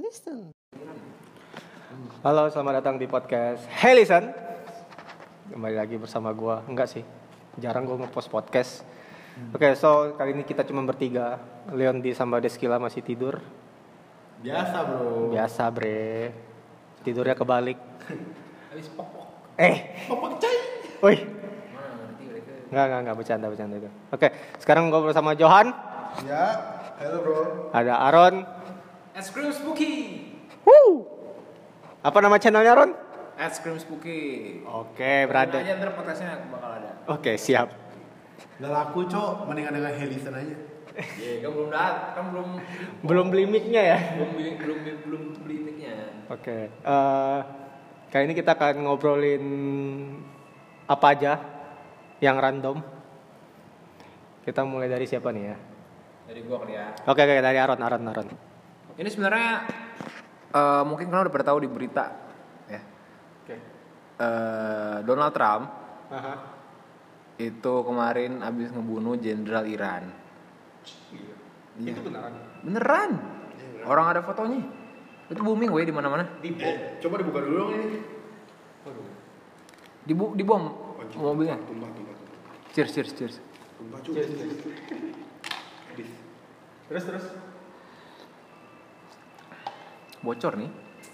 Listen. Halo, selamat datang di podcast Hey Listen. Kembali lagi bersama gua. Enggak sih, jarang gua ngepost podcast. Oke, so kali ini kita cuma bertiga. Leondi sama Deskila masih tidur. Biasa bro. Biasa bre. Tidurnya kebalik. Habis popok. Popok cai. Woi. Mana ngerti mereka? Enggak, bercanda itu. Oke, sekarang gua bersama Johan. Ya, halo bro. Ada Aaron. Es krim spooky. Woo. Apa nama channelnya Aaron? Es krim spooky. Oke, brother. Aja ntar podcastnya bakal ada. Oke, siap. Gak laku cok, mendingan dengan Helisen aja. Iya, kan belum kan Belum beli mic-nya ya? belum beli mic-nya. Oke. Kali ini kita akan ngobrolin apa aja yang random. Kita mulai dari siapa nih ya? Dari gua kali ya. Oke, dari Aaron. Ini sebenarnya mungkin kalian udah pada tahu di berita ya. Oke. Donald Trump Aha. itu kemarin habis ngebunuh jenderal Iran. Iya. Itu beneran. Beneran. Orang ada fotonya. Itu booming di mana-mana. Coba dibuka dulu dong ini. Dibom mobilnya. Tumpah. Cheers. Tumpah cuy. Terus. Bocor nih.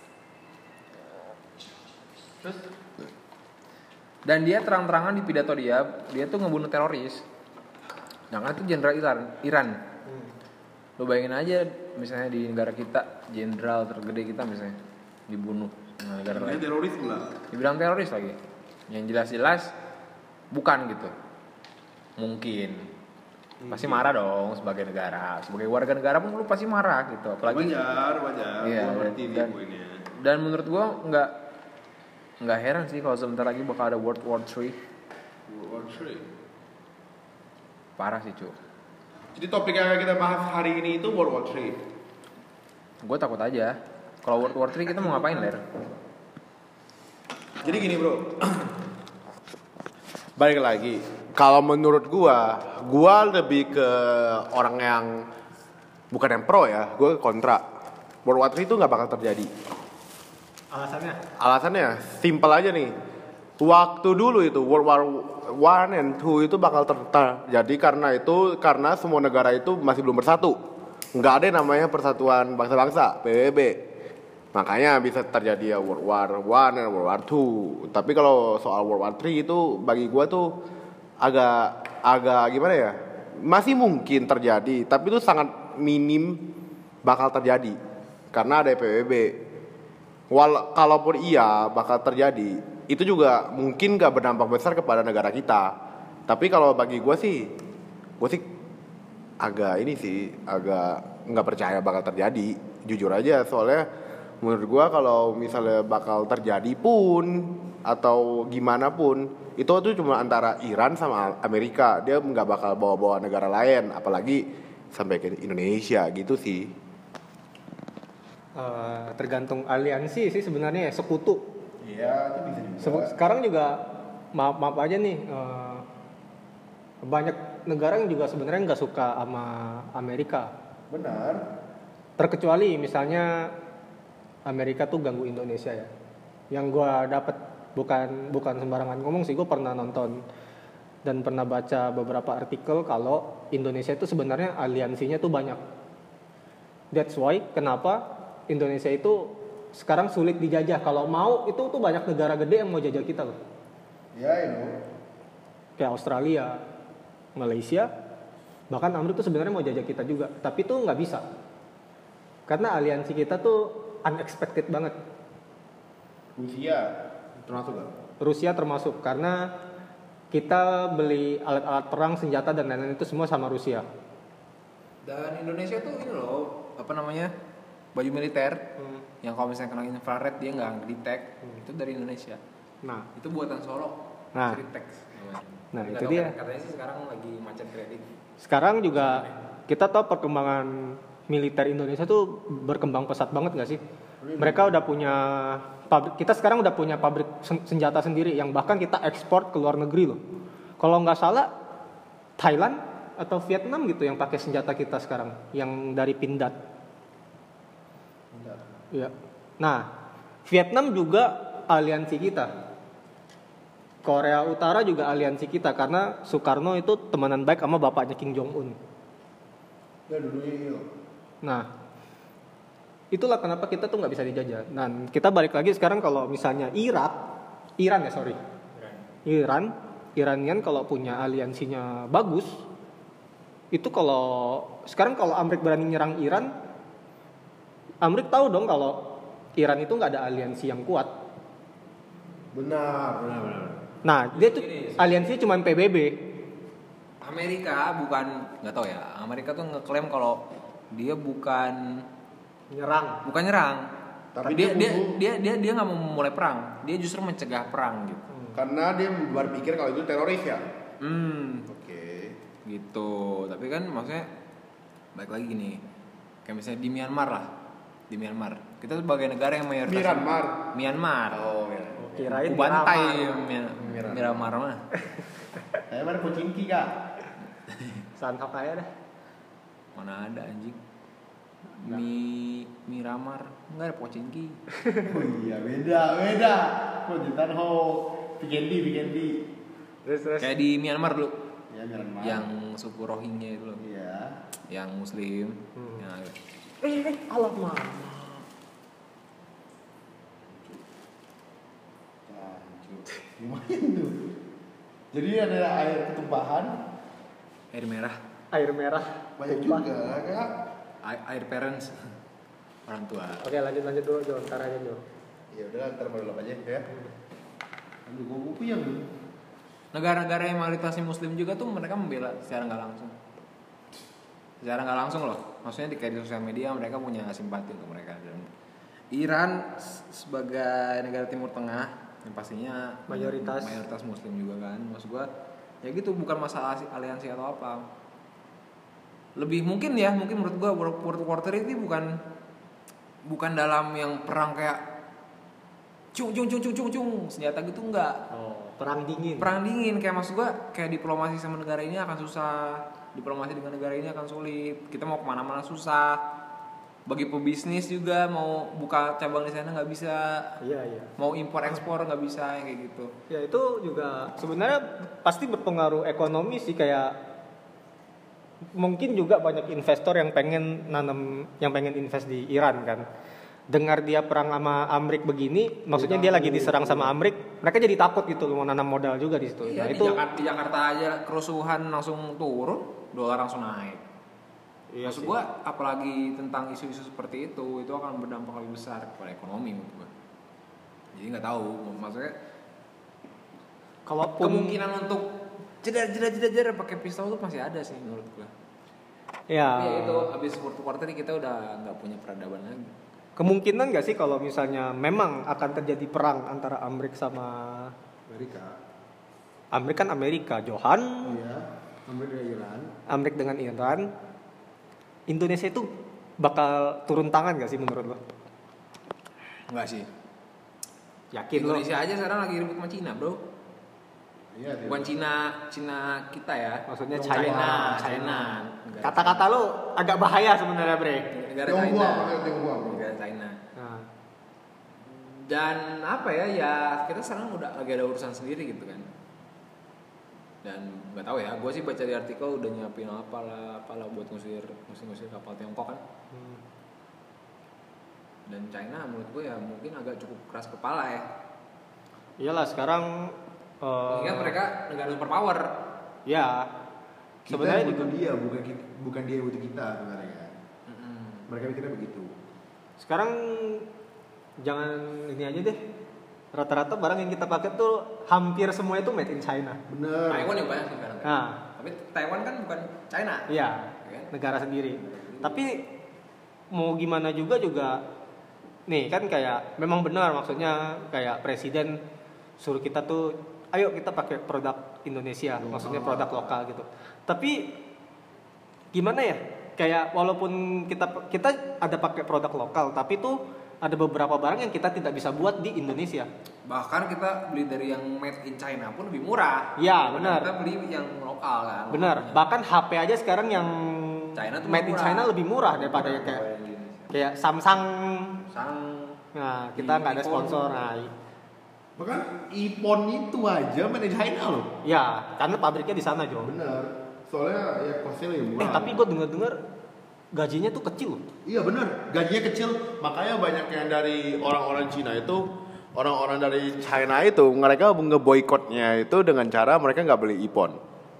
Terus. Dan dia terang-terangan di pidato dia tuh ngebunuh teroris. Nah kan itu jenderal Iran. Lo bayangin aja misalnya di negara kita jenderal tergede kita misalnya dibunuh sama negara lain. Teroris enggak? Dibilang teroris lagi. Yang jelas-jelas bukan gitu. Mungkin. Pasti marah dong sebagai negara, sebagai warga negara pun lu pasti marah gitu. Apalagi Wajar. Iya, Gua ngerti nih dan- poinnya. Dan menurut gua nggak heran sih kalau sebentar lagi bakal ada World War 3. World War III. Parah sih, cu. Jadi topik yang akan kita bahas hari ini itu World War III. Gue takut aja. Kalau World War 3 kita mau ngapain, Ler? Jadi gini bro. Balik lagi. Kalau menurut gua lebih ke orang yang bukan yang pro ya, gua kontra. World War III itu nggak bakal terjadi. Alasannya simpel aja nih. Waktu dulu itu World War I and II itu bakal terjadi karena semua negara itu masih belum bersatu. Nggak ada yang namanya persatuan bangsa-bangsa (PBB). Makanya bisa terjadi ya World War I dan World War II. Tapi kalau soal World War III itu bagi gua tuh agak gimana ya? Masih mungkin terjadi, tapi itu sangat minim bakal terjadi karena ada PBB. Kalaupun iya bakal terjadi, itu juga mungkin gak berdampak besar kepada negara kita. Tapi kalau bagi gue sih agak nggak percaya bakal terjadi, jujur aja. Soalnya menurut gue kalau misalnya bakal terjadi pun atau gimana pun, itu tuh cuma antara Iran sama Amerika. Dia nggak bakal bawa-bawa negara lain, apalagi sampai ke Indonesia gitu sih. Tergantung aliansi sih sebenarnya, sekutu. Iya, itu bisa juga. Sekarang juga maaf aja nih, banyak negara yang juga sebenarnya nggak suka sama Amerika. Benar. Terkecuali misalnya Amerika tuh ganggu Indonesia ya. Yang gue dapat bukan sembarangan ngomong sih, gue pernah nonton dan pernah baca beberapa artikel kalau Indonesia itu sebenarnya aliansinya tuh banyak. That's why kenapa Indonesia itu sekarang sulit dijajah. Kalau mau itu tuh banyak negara gede yang mau jajah kita loh. Ya, itu. Kayak Australia, Malaysia, bahkan Amerika tuh sebenarnya mau jajah kita juga, tapi tuh nggak bisa. Karena aliansi kita tuh unexpected banget. Rusia termasuk karena kita beli alat-alat perang, senjata dan lain-lain itu semua sama Rusia. Dan Indonesia tuh ini loh, apa namanya? Baju militer yang kalau misalnya kena infrared dia nggak detect, itu dari Indonesia. Nah, Itu buatan Solo. Nah. Tritex namanya. Nah, Tapi itu nggak tahu dia. kan, katanya sih sekarang lagi macet kredit. sekarang juga kita tahu perkembangan militer Indonesia tuh berkembang pesat banget nggak sih? Mereka udah punya pabrik, kita sekarang udah punya pabrik senjata sendiri yang bahkan kita ekspor ke luar negeri loh. Kalau nggak salah Thailand atau Vietnam gitu yang pakai senjata kita sekarang, yang dari Pindad. Iya. Nah, Vietnam juga aliansi kita. Korea Utara juga aliansi kita karena Soekarno itu temenan baik sama bapaknya Kim Jong Un. Ya dulunya iya. Nah, itulah kenapa kita tuh nggak bisa dijajah. Dan kita balik lagi sekarang kalau misalnya Iranian kalau punya aliansinya bagus, itu kalau Amerika berani nyerang Iran, Amerika tahu dong kalau Iran itu nggak ada aliansi yang kuat. Benar. Nah, dia tuh aliansinya cuma PBB. Amerika nggak tahu ya. Amerika tuh ngeklaim kalau dia bukan Nyerang. Tapi dia nggak mau memulai perang. Dia justru mencegah perang gitu. Karena dia berpikir kalau itu teroris ya. Oke. Gitu. Tapi kan maksudnya baik lagi gini. Kayak misalnya di Myanmar lah. Di Myanmar. Kita sebagai negara yang mayoritas Myanmar. Oh ya. Kirain Bantai Myanmar mah. Saya mana Pochinki kak? Sanhok aja dah. Mana ada anjing. Miramar enggak ada Pochinki. Oh iya beda. Pocintan ho. Vikendi. Terus. Kayak di Myanmar dulu. Ya Myanmar. Yang suku Rohingya itu loh. Iya. Yang Muslim. Yang Alamak. Lumayan tuh. Jadi ada air ketumpahan. air merah. Banyak Tumpah. juga kak. Air parents. Orang tua. Oke, lanjut dulu Jo, ntar aja Jo. Ya udah ntar baru aja ya. Aduh gue puyeng. Negara-negara yang mayoritasnya Muslim juga tuh mereka membela secara nggak langsung loh. Maksudnya kayak di sosial media mereka punya simpati untuk mereka. Dan Iran sebagai negara Timur Tengah yang pastinya mayoritas Muslim juga kan. Maksud gua ya gitu, bukan masalah aliansi atau apa. Lebih mungkin menurut gua World War III ini bukan dalam yang perang kayak cung senjata gitu enggak. Perang dingin Kayak maksud gua kayak diplomasi sama negara ini akan susah, diplomasi dengan negara ini akan sulit, kita mau kemana-mana susah, bagi pebisnis juga mau buka cabang di sana nggak bisa, iya mau impor ekspor nggak bisa kayak gitu. Ya itu juga sebenarnya pasti berpengaruh ekonomi sih, kayak mungkin juga banyak investor yang pengen invest di Iran kan. Dengar dia perang sama Amrik begini, maksudnya dia lagi diserang sama Amrik, mereka jadi takut gitu mau nanam modal juga di situ. Iya, Nah, itu di Jakarta aja kerusuhan langsung turun, dolar langsung naik. Iya Maksud sih. gua apalagi tentang isu-isu seperti itu akan berdampak lebih besar kepada ekonomi menurut gua. Jadi nggak tahu, maksudnya Kalaupun kemungkinan untuk jedar pakai pistol tuh masih ada sih menurut gua. ya, Tapi ya itu habis World War III kita udah nggak punya peradaban lagi. kemungkinan nggak sih kalau misalnya memang akan terjadi perang antara Amrik sama Amrik kan Amerika, Johan, Iya. Amrik dengan Iran, Indonesia itu bakal turun tangan nggak sih menurut lo? Enggak sih. Yakin lo? Indonesia aja sekarang lagi ribut sama Cina, bro. Iya. Bukan Cina kita ya. Maksudnya China. Kata-kata lo agak bahaya sebenarnya, Bre. Negara China. Tiongkok. Negara China. Nah, Dan apa ya kita sekarang udah lagi ada urusan sendiri gitu kan. Dan nggak tahu ya, gue sih baca di artikel udah nyiapin apalah buat ngusir kapal Tiongkok kan. Dan China menurut gue ya mungkin agak cukup keras kepala ya. iyalah sekarang Ingat mereka negara superpower. ya sebenarnya butuh dia, bukan dia butuh kita sebenarnya. Mereka mikirnya begitu. sekarang jangan ini aja deh. Rata-rata barang yang kita pakai tuh hampir semua itu made in China. Bener. Taiwan yang banyak sekarang. Nah, Tapi Taiwan kan bukan China. iya, Kan? negara sendiri. Tapi mau gimana juga nih kan kayak memang benar, maksudnya kayak presiden suruh kita tuh ayo kita pakai produk Indonesia, maksudnya produk lokal gitu. Tapi gimana ya? Kayak walaupun kita ada pakai produk lokal, tapi tuh ada beberapa barang yang kita tidak bisa buat di Indonesia. Bahkan kita beli dari yang made in China pun lebih murah. Ya, benar. Kita beli yang lokal kan. Benar. Bahkan HP aja sekarang yang China tuh made in murah. China lebih murah daripada yang kayak Kayak Samsung. Nah, kita nggak ada iPhone. sponsor. Nah, Bahkan iPhone itu aja made in China loh. ya, karena pabriknya di sana, Jo. Bener. Soalnya ya costnya lebih murah. Tapi gue dengar gajinya tuh kecil loh. Iya bener, gajinya kecil. Makanya banyak yang dari orang-orang Cina itu, orang-orang dari China itu, mereka ngeboikotnya itu dengan cara mereka nggak beli iPhone.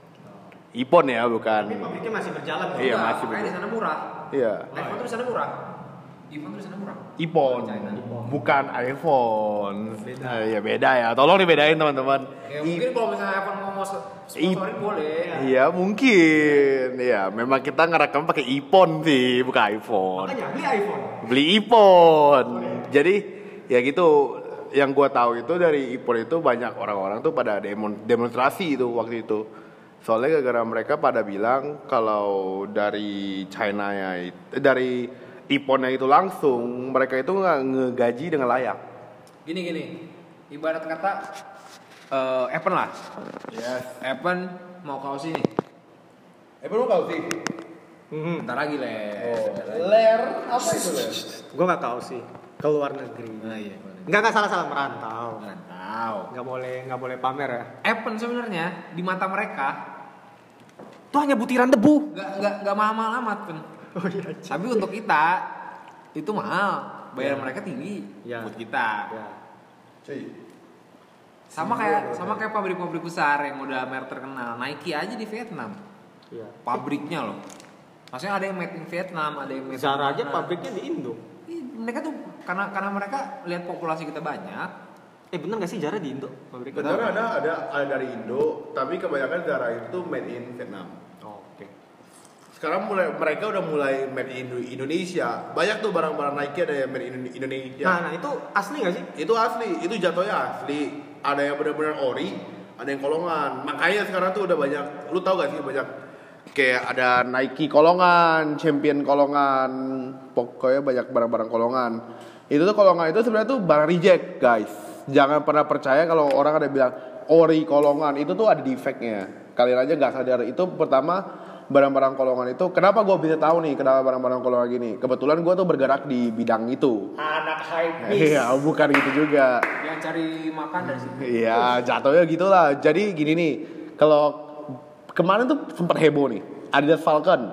iPhone ya, bukan. Tapi pabriknya masih berjalan. Iya, Enggak, masih makanya di sana murah. Iya. iPhone tuh di sana murah. iPhone tuh di sana murah. iPhone, China. bukan iPhone. Iya beda ya. Tolong dibedain teman-teman. Ya, mungkin kalau misalnya iPhone mau sponsorin boleh. Iya mungkin. Iya, memang kita ngerekam pakai iPhone sih, bukan iPhone. Makanya beli iPhone. Beli iPhone. Jadi ya gitu. Yang gua tahu itu dari iPhone itu banyak orang-orang tuh pada demonstrasi itu waktu itu. Soalnya gara-gara mereka pada bilang kalau dari China ya, dari iPhone-nya itu langsung mereka itu nggak ngegaji dengan layak. Gini. Ibarat kata Apple lah. Yes. Apple mau kaos ini. Apple kau sih. Bentar lagi, Le. Ler apa itu ler? Gue nggak tahu sih. Ke luar negeri. Nah, iya. Nggak salah merantau. Tahu. Nggak boleh pamer ya. Apple sebenarnya di mata mereka Itu hanya butiran debu. nggak mahal amat pun. Oh iya. Tapi untuk kita itu mahal. Bayar mereka tinggi Ya. buat kita. Ya. Cuy. Sama kayak pabrik-pabrik besar yang udah merek terkenal. Nike aja di Vietnam. Iya. Pabriknya loh. Maksudnya ada yang made in Vietnam, ada yang made Zara aja mana. pabriknya di Indo. Ih, mereka tuh karena mereka lihat populasi kita banyak. Bener nggak sih Zara di Indo pabriknya? Benar ada dari Indo, tapi kebanyakan Zara itu made in Vietnam. Oh, oke. Sekarang mereka udah mulai made in Indonesia. Banyak tuh barang-barang Nike ada yang made in Indonesia. Nah itu asli nggak sih? Itu asli, itu jatuhnya asli. Ada yang benar-benar ori, ada yang kolongan. Makanya sekarang tuh udah banyak. Lu tau gak sih banyak kayak ada Nike kolongan, Champion kolongan, pokoknya banyak barang-barang kolongan. Itu tuh kolongan itu sebenarnya tuh barang reject, guys. Jangan pernah percaya kalau orang ada bilang ori kolongan, itu tuh ada defectnya. Kalian aja nggak sadar. Itu pertama barang-barang kolongan itu. Kenapa gue bisa tahu nih kenapa barang-barang kolongan gini? Kebetulan gue tuh bergerak di bidang itu. Anak hype. Iya, bukan gitu juga. Yang cari makan dari situ. Iya, jatuhnya gitulah. Jadi gini nih, kalau kemarin tuh sempat heboh nih. Adidas Falcon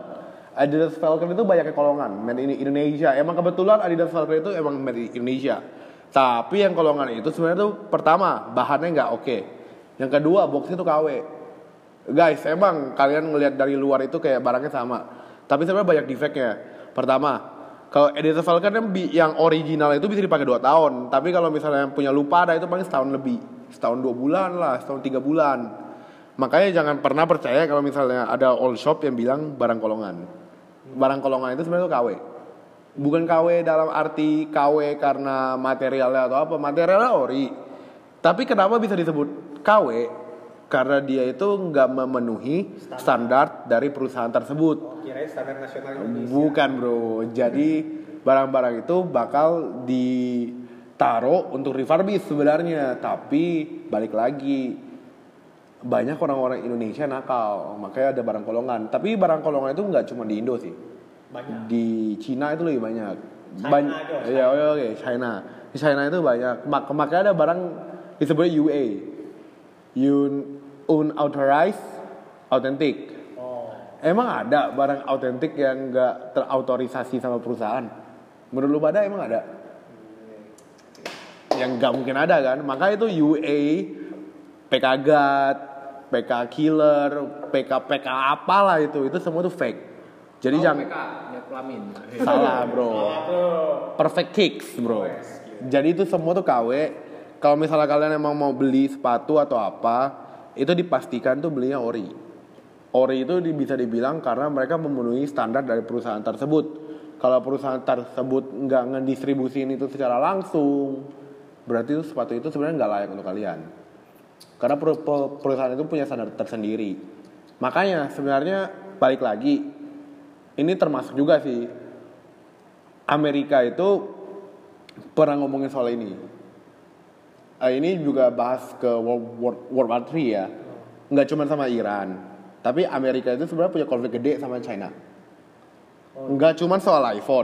itu banyaknya kolongan, made in Indonesia. Emang kebetulan Adidas Falcon itu emang made in Indonesia. Tapi yang kolongan itu sebenarnya tuh pertama bahannya nggak oke. Yang kedua boxnya tuh KW. Guys, emang kalian ngelihat dari luar itu kayak barangnya sama. Tapi sebenarnya banyak defectnya. Pertama, kalau Adidas Falcon yang original itu bisa dipakai 2 tahun. Tapi kalau misalnya yang punya lupa ada itu paling setahun lebih. Setahun 2 bulan lah, setahun 3 bulan. Makanya jangan pernah percaya kalau misalnya ada all shop yang bilang barang kolongan. Barang kolongan itu sebenarnya itu KW. Bukan KW dalam arti KW karena materialnya atau apa. Materialnya ori. Tapi kenapa bisa disebut KW? Karena dia itu nggak memenuhi standar dari perusahaan tersebut. Kirain standar nasional Indonesia. Bukan bro. Jadi barang-barang itu bakal ditaruh untuk refurbish sebenarnya. Tapi balik lagi, banyak orang-orang Indonesia nakal, makanya ada barang kolongan. Tapi barang kolongan itu nggak cuma di Indo sih. Banyak. Di Cina itu lebih banyak. China aja, Iya, oke, China. Di China itu banyak. Makanya ada barang disebut UA. Unauthorized authentic. Oh. Emang ada barang autentik yang nggak terautorisasi sama perusahaan? Menurut lu pada emang ada? Yang nggak mungkin ada kan? Makanya itu UA, PK God, PK Killer, PK apalah itu semua tuh fake. Jadi jangan PK, minyak kelamin. salah bro. Perfect kicks bro. Jadi itu semua tuh KW. Kalau misalnya kalian emang mau beli sepatu atau apa, itu dipastikan tuh belinya ori. Ori itu bisa dibilang karena mereka memenuhi standar dari perusahaan tersebut. Kalau perusahaan tersebut nggak ngedistribusiin itu secara langsung, berarti itu sepatu itu sebenarnya nggak layak untuk kalian. Karena perusahaan itu punya standar tersendiri. Makanya sebenarnya balik lagi, ini termasuk juga sih, Amerika itu pernah ngomongin soal ini. Ini juga bahas ke World War III ya. Nggak cuma sama Iran, tapi Amerika itu sebenarnya punya konflik gede sama China. Nggak cuma soal iPhone,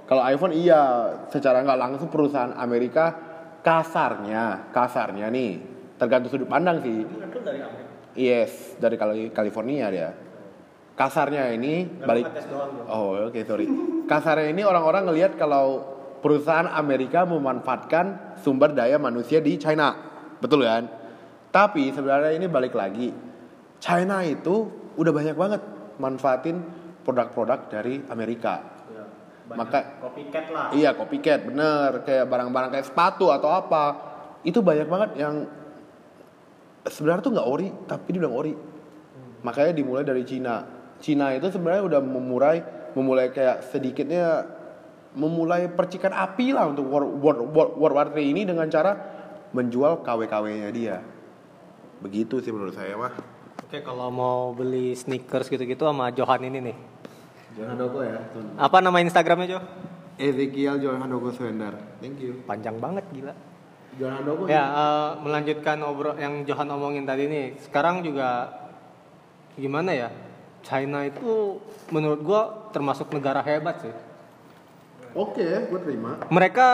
Kalau iPhone iya, secara nggak langsung perusahaan Amerika kasarnya nih, tergantung sudut pandang sih. Apple dari Amerika. Yes, dari California dia. Kasarnya ini balik. Oh, oke, sorry. Kasarnya ini orang-orang ngelihat kalau perusahaan Amerika memanfaatkan sumber daya manusia di China. Betul kan? Tapi sebenarnya ini balik lagi. China itu udah banyak banget manfaatin produk-produk dari Amerika. Ya, Maka copycat lah. iya, copycat, bener. Kayak barang-barang kayak sepatu atau apa. Itu banyak banget yang sebenarnya tuh nggak ori, tapi dibilang ori. Makanya dimulai dari Cina. Cina itu sebenarnya udah memulai kayak sedikitnya memulai percikan api lah untuk World War III ini dengan cara menjual KW-KW-nya dia. Begitu sih menurut saya mah. Oke, kalau mau beli sneakers gitu-gitu sama Johan ini nih. Johan Handoko ya. Apa nama Instagramnya, Jo? Ezekiel Johan Handoko Swender. Thank you. Panjang banget, gila. Johan Handoko. Ya, melanjutkan yang Johan omongin tadi nih. Sekarang juga gimana ya? China itu menurut gua termasuk negara hebat sih. Oke, gue terima. Mereka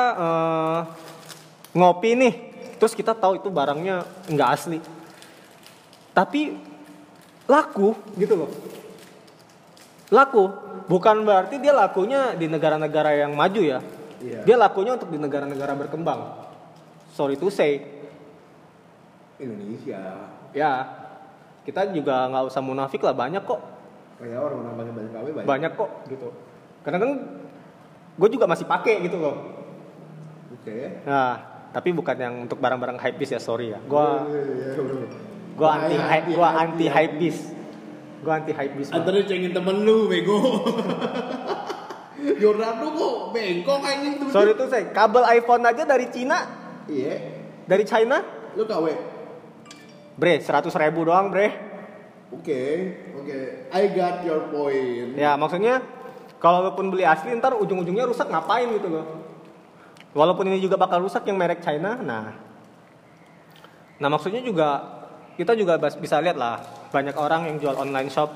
ngopi nih, terus kita tahu itu barangnya nggak asli, tapi laku gitu loh. Laku, bukan berarti dia lakunya di negara-negara yang maju ya. Iya. Dia lakunya untuk di negara-negara berkembang. Sorry to say. Indonesia. Ya, kita juga nggak usah munafik lah, banyak kok. Kayak orang banyak KW banyak. Banyak kok gitu. Karena kan gue juga masih pakai gitu loh. Oke. Nah, tapi bukan yang untuk barang-barang hypebeast ya, sorry ya. Gua anti hypebeast. Gua anti hypebeast. Antara cengin temen lu, bego. Jordan lu kok bengkok anjing tuh. Sorry tuh saya, kabel iPhone aja dari Cina. Iya. Dari China. Lu KW. Bre, 100.000 doang, bre. Oke. I got your point. Ya, maksudnya kalau lu pun beli asli ntar ujung-ujungnya rusak ngapain gitu loh. Walaupun ini juga bakal rusak yang merek China. Nah maksudnya juga kita juga bisa lihat lah, banyak orang yang jual online shop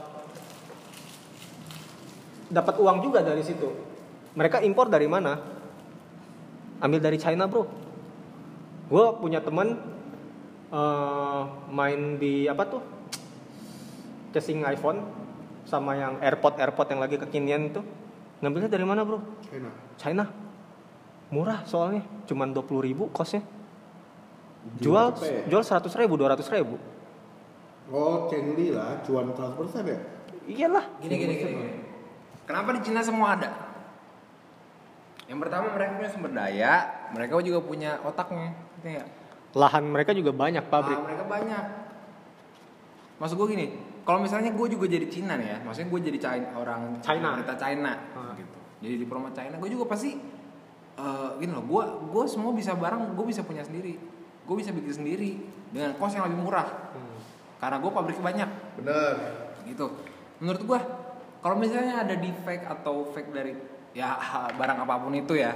dapat uang juga dari situ. Mereka impor dari mana? Ambil dari China, bro. Gue punya teman main di apa tuh, casing iPhone sama yang AirPod yang lagi kekinian itu, ngambilnya dari mana, bro? China. Murah soalnya, cuman 20.000 kosnya. Jual 100.000, 200.000. Oh, Chengli lah, cuan 100% ya? Iyalah. Gini. Kenapa di Cina semua ada? Yang pertama mereka punya sumber daya, mereka juga punya otaknya, gitu ya. Lahan mereka juga banyak, pabrik. Mereka banyak. Maksud gue gini, kalau misalnya gue juga jadi Cina nih ya, maksudnya gue jadi orang China. Gitu. Jadi diplomat China, gue juga pasti gini loh, gue semua bisa barang, gue bisa punya sendiri, gue bisa bikin sendiri dengan kos yang lebih murah, karena gue pabriknya banyak. Bener. Gitu. Menurut gue, kalau misalnya ada defect atau fake dari ya barang apapun itu ya,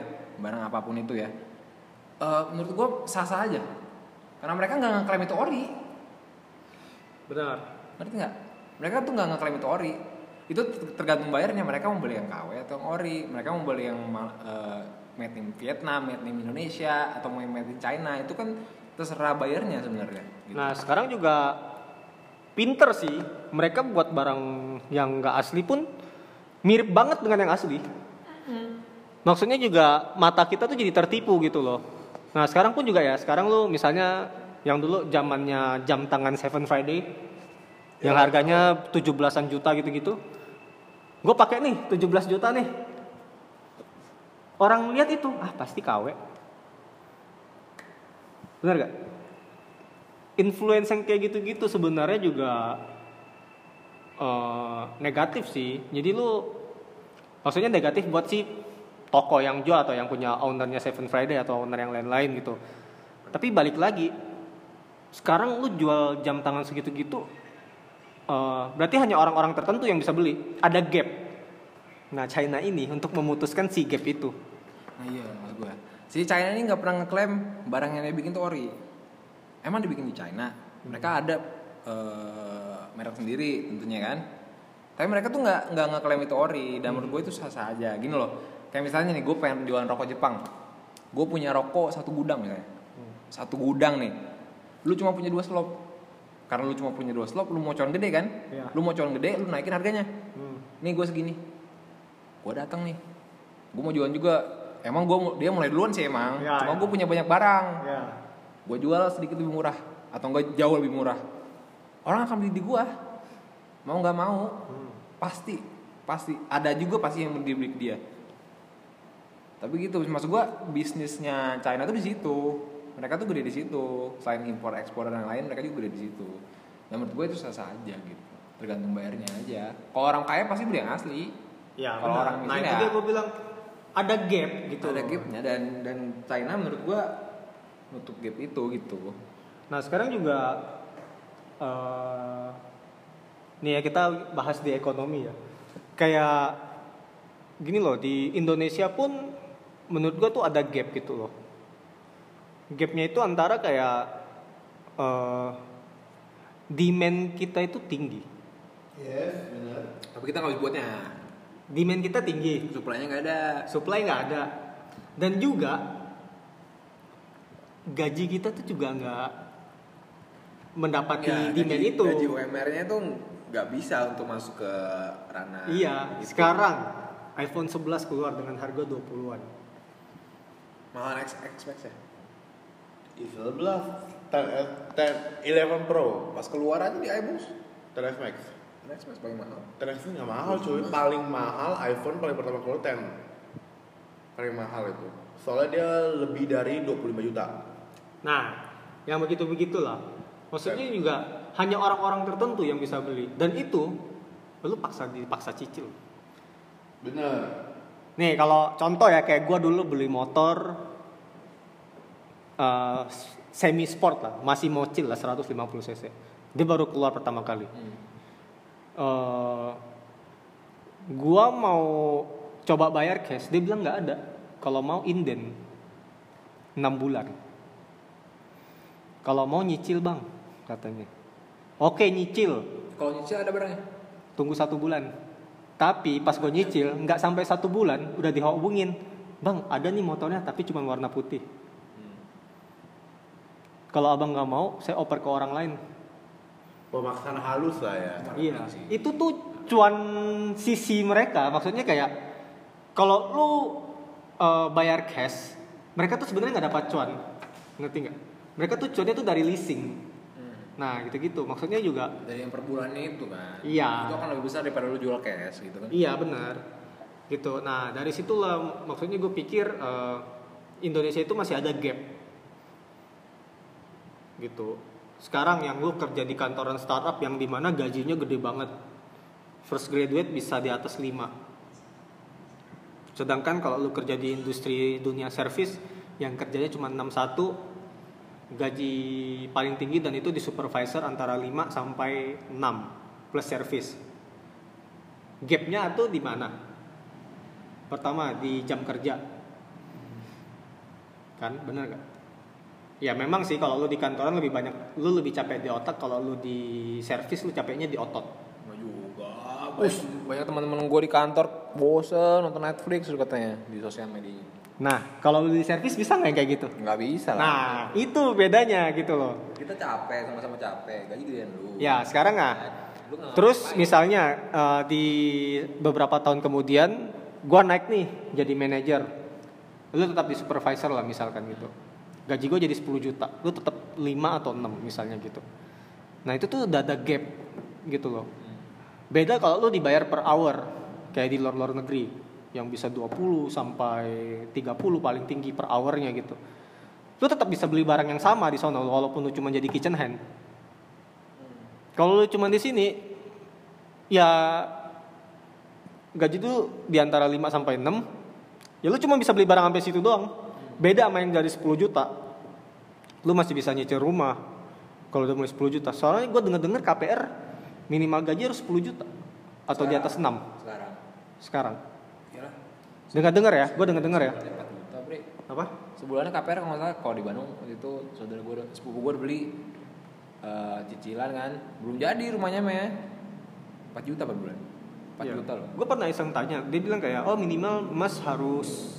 menurut gue sah-sah aja, karena mereka nggak ngeklaim itu ori. Benar. Ngerti nggak? Mereka tuh nggak ngeklaim itu ori. Itu tergantung bayarnya. Mereka mau beli yang KW atau yang ori. Mereka mau beli yang made in Vietnam, made in Indonesia, atau mau made in China. Itu kan terserah bayarnya sebenarnya. Gitu. Nah sekarang juga pinter sih. Mereka buat barang yang nggak asli pun mirip banget dengan yang asli. Maksudnya juga mata kita tuh jadi tertipu gitu loh. Nah sekarang pun juga ya. Sekarang lu misalnya yang dulu zamannya jam tangan Seven Friday yang harganya 17-an juta gitu-gitu, gue pakai nih 17 juta nih, orang lihat itu pasti KW, benar gak? Influence yang kayak gitu-gitu sebenarnya juga negatif sih. Jadi lu maksudnya negatif buat si toko yang jual atau yang punya ownernya Seven Friday atau owner yang lain-lain gitu. Tapi balik lagi, sekarang lu jual jam tangan segitu-gitu, berarti hanya orang-orang tertentu yang bisa beli. Ada gap. Nah China ini untuk memutuskan si gap itu. Nah iya maksud gue, si China ini nggak pernah ngeklaim barang yang dia bikin tuh ori. Emang dibikin di China. Mereka ada merek sendiri tentunya kan. Tapi mereka tuh nggak ngeklaim itu ori, dan menurut gue itu sah-sah aja. Gini loh, kayak misalnya nih gue pengen jualan rokok Jepang, gue punya rokok 1 gudang misalnya, 1 gudang nih, lu cuma punya 2 slop, karena lu cuma punya 2 slop, lu mau con gede kan, lu mau con gede, lu naikin harganya, nih gue segini, gue datang nih, gue mau jualan juga, emang dia mulai duluan sih emang, cuma gue punya banyak barang, gue jual sedikit lebih murah, atau enggak jauh lebih murah, orang akan beli di gue, mau nggak mau, pasti ada juga pasti yang beli dia. Tapi gitu, maksud gua bisnisnya China tuh di situ. Mereka tuh gede di situ. Selain impor ekspor dan lain, mereka juga gede di situ. Dan menurut gua itu sah-sah aja gitu. Tergantung bayarnya aja. Kalau orang kaya pasti beli yang asli. Ya, kalau orang miskin itu dia gua bilang ada gap gitu. Ada gapnya, dan China menurut gua nutup gap itu gitu. Nah, sekarang juga nih ya, kita bahas di ekonomi ya. Kayak gini loh, di Indonesia pun menurut gua tuh ada gap gitu loh. Gapnya itu antara kayak demand kita itu tinggi. Yes, benar. Tapi kita nggak bisa buatnya. Demand kita tinggi, Supply-nya nggak ada. supply nggak ada. Dan juga gaji kita tuh juga nggak mendapati demand itu. Gaji UMR-nya tuh nggak bisa untuk masuk ke ranah. Iya, gitu. sekarang iPhone 11 keluar dengan harga 20-an. Malah X-Max ya. 11 11 Pro Pas keluar aja di iBooks. 10 Max. X-Max paling mahal. 10 nggak mahal cuy, paling mahal iPhone paling pertama keluar 10 paling mahal itu, soalnya dia lebih dari 25 juta. Nah, yang begitu-begitulah. Maksudnya juga hanya orang-orang tertentu yang bisa beli, dan itu lu dipaksa cicil. Bener. Nih kalau contoh ya, kayak gua dulu beli motor semi sport lah, masih mocil lah, 150 cc. Dia baru keluar pertama kali. Gua mau coba bayar cash, dia bilang nggak ada. Kalau mau inden 6 bulan. Kalau mau nyicil bang, katanya. Oke nyicil, Kalau nyicil ada barangnya. tunggu 1 bulan. Tapi pas gue nyicil nggak sampai 1 bulan udah dihubungin, bang ada nih motornya tapi cuma warna putih. Kalau abang nggak mau, saya oper ke orang lain. Pemaksaan halus lah ya. Iya, itu tuh cuan sisi mereka. Maksudnya kayak kalau lu bayar cash, mereka tuh sebenarnya nggak dapat cuan, ngerti nggak? Mereka tuh cuannya tuh dari leasing. Nah gitu-gitu. Maksudnya juga Dari yang per bulannya itu kan. Iya. Itu akan lebih besar daripada lu jual cash gitu kan. Iya benar, gitu. Nah dari situlah maksudnya gue pikir Indonesia itu masih ada gap, gitu. Sekarang yang lu kerja di kantoran startup yang dimana gajinya gede banget, first graduate bisa di atas 5. Sedangkan kalau lu kerja di industri dunia service yang kerjanya cuma 61, gaji paling tinggi dan itu di supervisor antara 5 sampai 6 plus service. Gapnya tuh di mana? Pertama di jam kerja, kan bener gak? Ya memang sih kalau lu di kantoran lebih banyak, lu lebih capek di otak. Kalau lu di service lu capeknya di otot. Nggak juga. Banyak teman-teman gue di kantor bosen nonton Netflix katanya di sosial media. Nah kalau lu di service bisa nggak yang kayak gitu? Nggak bisa lah. Nah itu bedanya gitu loh. Kita capek, sama-sama capek. Gaji gedean lu. Ya sekarang nggak. Lu nggak Terus ngapain. misalnya di beberapa tahun kemudian gua naik nih jadi manajer, lu tetap di supervisor lah misalkan gitu. Gaji gue jadi 10 juta, lu tetap 5 atau 6 misalnya gitu. Nah itu tuh udah ada gap gitu loh. Beda kalau lu dibayar per hour kayak di luar negeri yang bisa 20 sampai 30 paling tinggi per hournya gitu. Lu tetap bisa beli barang yang sama di sana walaupun lu cuma jadi kitchen hand. Kalau lu cuma di sini ya gaji tuh di antara 5 sampai 6. Ya lu cuma bisa beli barang sampai situ doang. Beda sama yang dari 10 juta. Lu masih bisa nyicil rumah kalau udah mulai 10 juta. Soalnya gue denger KPR minimal gaji harus 10 juta atau Sekarang. di atas 6 sekarang. Iyalah. Dengar ya, gue dengar ya. 4 juta, Bre. Apa? Sebulannya KPR kalau nggak salah, kalau di Bandung waktu itu saudara gue, sepupu gue beli cicilan kan, belum jadi rumahnya mah 4 juta per bulan. 4 juta loh. Gue pernah iseng tanya, dia bilang kayak, oh minimal Mas harus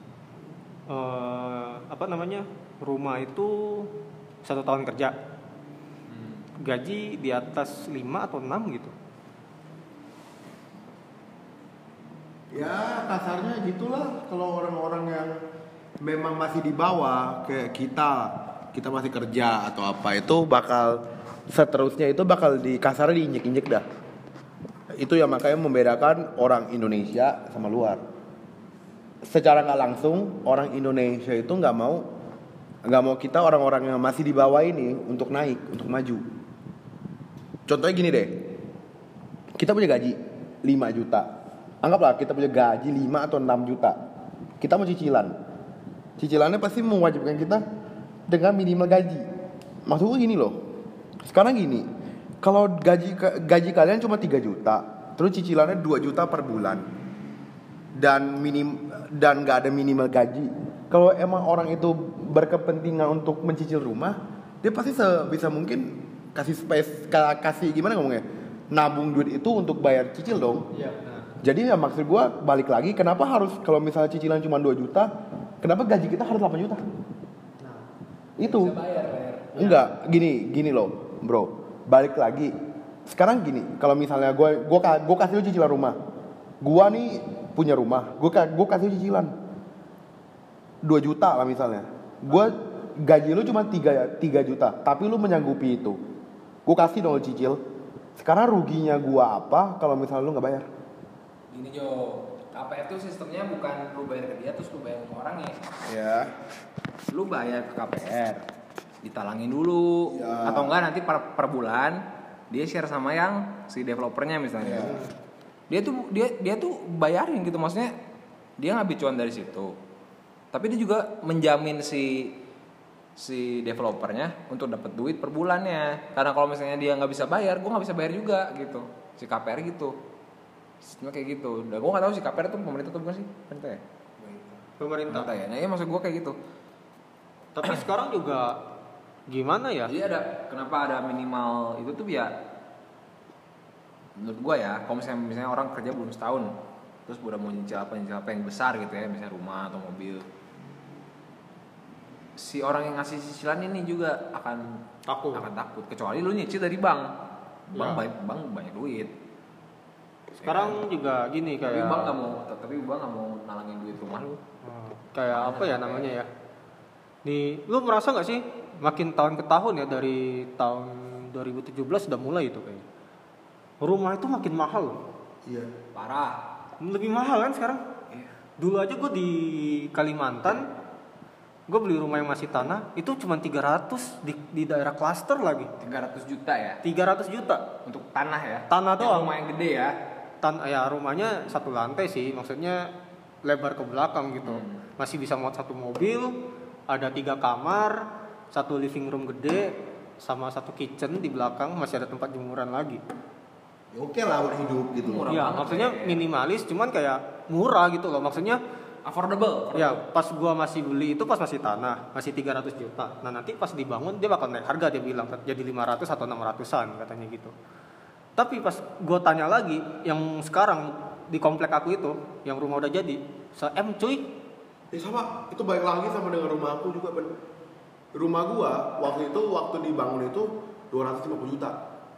rumah itu 1 tahun kerja, gaji di atas 5 atau 6 gitu. Ya kasarnya gitulah. Kalau orang-orang yang memang masih di bawah kayak kita masih kerja atau apa, itu bakal seterusnya itu bakal di kasarnya diinjek-injek dah. Itu yang makanya membedakan orang Indonesia sama luar. Secara nggak langsung orang Indonesia itu nggak mau kita orang-orang yang masih di bawah ini untuk naik, untuk maju. Contohnya gini deh, kita punya gaji 5 juta. Anggaplah kita punya gaji 5 atau 6 juta. Kita mau cicilan. Cicilannya pasti mewajibkan kita dengan minimal gaji. Maksud gue gini loh. Sekarang gini, kalau gaji kalian cuma 3 juta, terus cicilannya 2 juta per bulan. Dan nggak ada minimal gaji. Kalau emang orang itu berkepentingan untuk mencicil rumah, dia pasti sebisa mungkin kasih gimana ngomongnya, nabung duit itu untuk bayar cicil dong. Iya. Jadi ya maksud gue balik lagi, kenapa harus kalau misalnya cicilan cuma 2 juta, kenapa gaji kita harus 8 juta? Itu Bayar. enggak gini loh bro, balik lagi. Sekarang gini, kalau misalnya gue kasih lu cicilan rumah, gue nih punya rumah, gue kasih lu cicilan 2 juta lah misalnya, gue gaji lu cuma 3 juta, tapi lu menyanggupi itu, gue kasih dong lu cicil. Sekarang ruginya gue apa kalau misalnya lu nggak bayar? Gini Jo, KPR tuh sistemnya bukan lu bayar ke dia terus lu bayar ke orangnya. Ya. Lu bayar ke KPR, ditalangin dulu, Ya. atau enggak nanti per bulan dia share sama yang si developernya misalnya. Ya. Dia tuh bayarin gitu, maksudnya dia ngambil cuan dari situ. Tapi dia juga menjamin si developernya untuk dapat duit per bulannya. Karena kalau misalnya dia nggak bisa bayar, gue nggak bisa bayar juga gitu. Si KPR gitu. Sistemnya kayak gitu. Udah gue nggak tahu si KPR tuh pemerintah tuh bukan sih? Pemerintah ya? Pemerintah. Ya. Nah, iya maksud gue kayak gitu. Tapi sekarang juga gimana ya? Jadi kenapa ada minimal itu tuh ya, menurut gue ya, kalau misalnya orang kerja belum setahun, terus udah mau nyicil apa yang besar gitu ya, misalnya rumah atau mobil, si orang yang ngasih cicilan ini juga akan takut, kecuali lu nyicil dari bank banyak duit. Sekarang juga gini Tapi kayak bank nggak mau nalangin duit rumah lu. kayak apa ya namanya ya? Lu merasa nggak sih makin tahun ke tahun ya, dari tahun 2017 udah mulai itu kayaknya. Rumah itu makin mahal loh. Iya. Parah. Lebih mahal kan sekarang. Iya. Dulu aja gue di Kalimantan, gue beli rumah yang masih tanah itu cuma 300 di daerah klaster lagi. 300 juta ya 300 juta untuk tanah ya. Tanah doang. Rumah yang gede ya. Ya rumahnya 1 lantai sih, maksudnya lebar ke belakang gitu. Masih bisa muat 1 mobil, ada 3 kamar, 1 living room gede, sama 1 kitchen di belakang, masih ada tempat jemuran lagi. Ya oke lah buat hidup gitu. Murah Iya, banget maksudnya ya. minimalis, cuman kayak murah gitu loh. Maksudnya Affordable. ya pas gua masih beli itu pas masih tanah, masih 300 juta. Nah, nanti pas dibangun dia bakal naik harga, dia bilang jadi 500 atau 600-an katanya gitu. Tapi pas gua tanya lagi, yang sekarang di komplek aku itu, yang rumah udah jadi, se-M cuy. Ya sama, itu balik lagi sama dengan rumah aku juga. Rumah gua waktu dibangun itu 250 juta.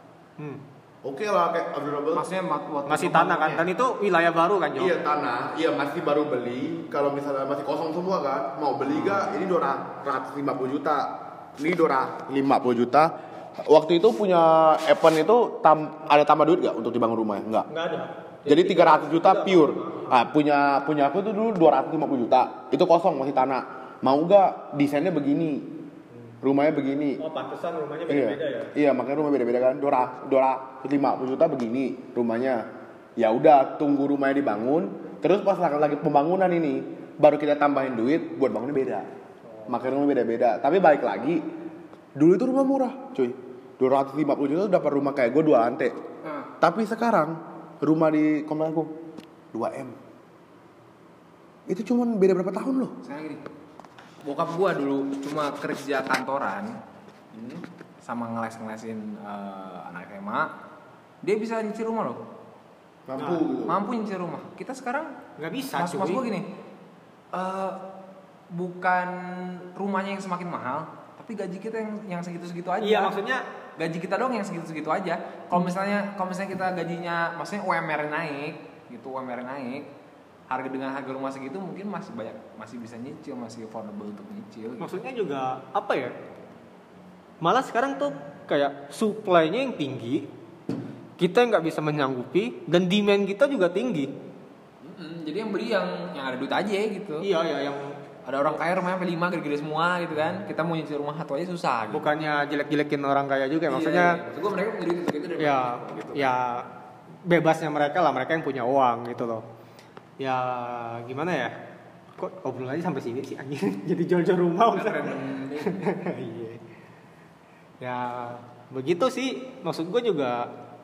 Oke lah, kayak affordable. Maksudnya Masih tanah kan, dan itu wilayah baru kan, Jo? Iya tanah, iya masih baru beli. Kalau misalnya masih kosong semua kan, mau beli gak? Ini 250 juta. Ini 250 juta. Waktu itu punya Evan itu ada tambah duit gak untuk dibangun rumahnya? Enggak. Enggak ada. Jadi 300 juta pure. Punya aku tuh dulu 250 juta. Itu kosong masih tanah. Mau gak desainnya begini? Rumahnya begini. Oh, pantesan rumahnya beda-beda ya. Iya, makanya rumah beda-beda kan. 250 juta begini rumahnya. Ya udah, tunggu rumahnya dibangun, terus pas lagi pembangunan ini, baru kita tambahin duit buat bangunnya beda. Makanya rumah beda-beda. Tapi balik lagi, dulu itu rumah murah, cuy. 250 juta udah dapat rumah kayak gue 2 lantai. Tapi sekarang rumah di komplek aku 2M. Itu cuma beda berapa tahun loh? Sekarang gini, bokap gua dulu cuma kerja kantoran, sama ngeles-ngelesin anak SMA, dia bisa nyicil rumah loh. Mampu gitu. Mampu nyicil rumah. Kita sekarang Nggak bisa, mas cuy. gue gini, bukan rumahnya yang semakin mahal, tapi gaji kita yang segitu-segitu aja. Iya, maksudnya gaji kita doang yang segitu-segitu aja. Kalau misalnya kita gajinya, maksudnya UMR naik, gitu UMR naik, dengan harga rumah segitu mungkin masih bisa nyicil, masih affordable untuk nyicil. Gitu. maksudnya juga apa ya? Malah sekarang tuh kayak supply-nya yang tinggi, kita nggak bisa menyanggupi, dan demand kita juga tinggi. Jadi yang beli yang ada duit aja gitu. Iya ya, yang Ada orang kaya rumahnya sampai 5 gede-gede semua gitu kan. Kita mau nyicil rumah satu aja susah gitu. bukannya jelek-jelekin orang kaya juga, maksudnya Maksud gue mereka punya duit gitu daripada ya gitu. ya bebasnya mereka lah, mereka yang punya uang gitu loh. Ya gimana ya? Kok obrolannya sampai sini sih anjing? Jadi jual-jual rumah udah. Iya. Ya begitu sih, maksud gue juga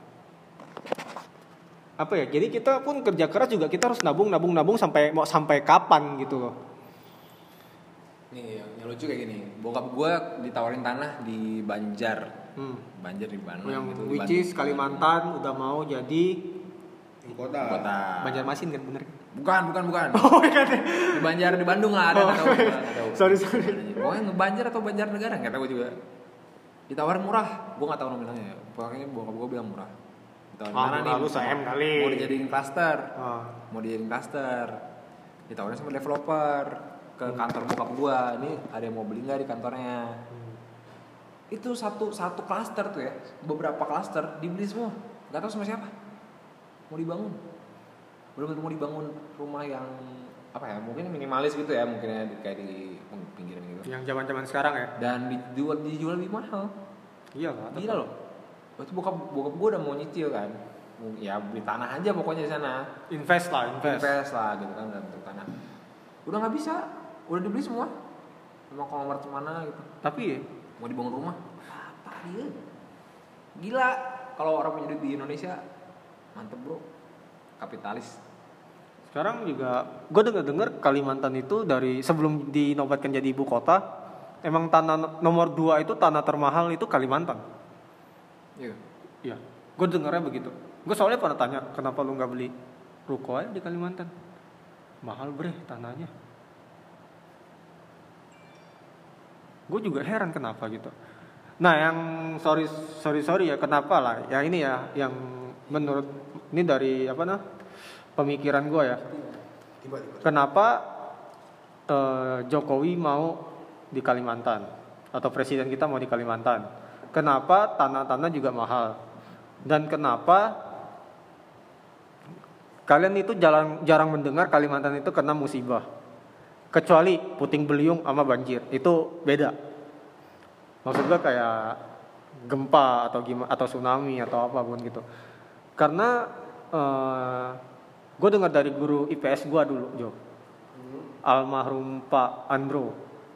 apa ya? Jadi kita pun kerja keras juga, kita harus nabung sampai kapan gitu loh. Nih yang lucu kayak gini. Bokap gue ditawarin tanah di Banjar. Banjar di Bandung Yang gitu. which is Kalimantan udah mau jadi Ibu kota. Kota. Banjarmasin kan, bener? Bukan. Oh iya. Di Banjar di Bandung lah ada, nggak tahu. Sorry. Pokoknya Banjar atau Banjarnegara nggak tahu juga. Ditawarin murah, gue nggak tahu nominalnya. Pokoknya bokap gue bilang murah. Ditawarin mana nih? Lu CM kali. Mau dijadiin klaster. Oh. Ditawarin sama developer ke kantor bokap gue. Ini ada yang mau beli nggak di kantornya? Itu satu klaster tuh ya, beberapa klaster dibeli semua. Nggak tahu sama siapa. Mau dibangun. Belum mau dibangun rumah yang apa ya? Mungkin minimalis gitu ya, mungkinnya kayak di pinggiran gitu. Yang zaman-zaman sekarang ya. Dan dijual lebih mahal. Iya lah. Gila loh. Waktu bokap gue udah mau nyicil kan. Ya beli tanah aja pokoknya di sana. Invest lah Gitu kan dalam bentuk tanah. Udah nggak bisa. Udah dibeli semua. Sama konglomerat mana gitu. Tapi Mau dibangun rumah. Apa dia? Gila. Kalau orang punya duit di Indonesia mantep bro. Kapitalis. sekarang juga gue dengar Kalimantan itu dari sebelum dinobatkan jadi ibu kota, emang tanah nomor 2 itu tanah termahal itu Kalimantan. Iya. Iya, gue dengarnya begitu. Gue soalnya pernah tanya, kenapa lu nggak beli ruko aja di Kalimantan? Mahal bre tanahnya. Gue juga heran kenapa gitu. Nah yang sorry ya, kenapa lah? Ya ini ya yang menurut ini dari pemikiran gue ya. Kenapa Jokowi mau di Kalimantan atau presiden kita mau di Kalimantan? Kenapa tanah-tanah juga mahal? Dan kenapa kalian itu jarang mendengar Kalimantan itu kena musibah? Kecuali puting beliung sama banjir, itu beda. Maksud gue kayak gempa atau tsunami atau apapun gitu. Karena gue dengar dari guru IPS gue dulu, Jo. Almarhum Pak Andro.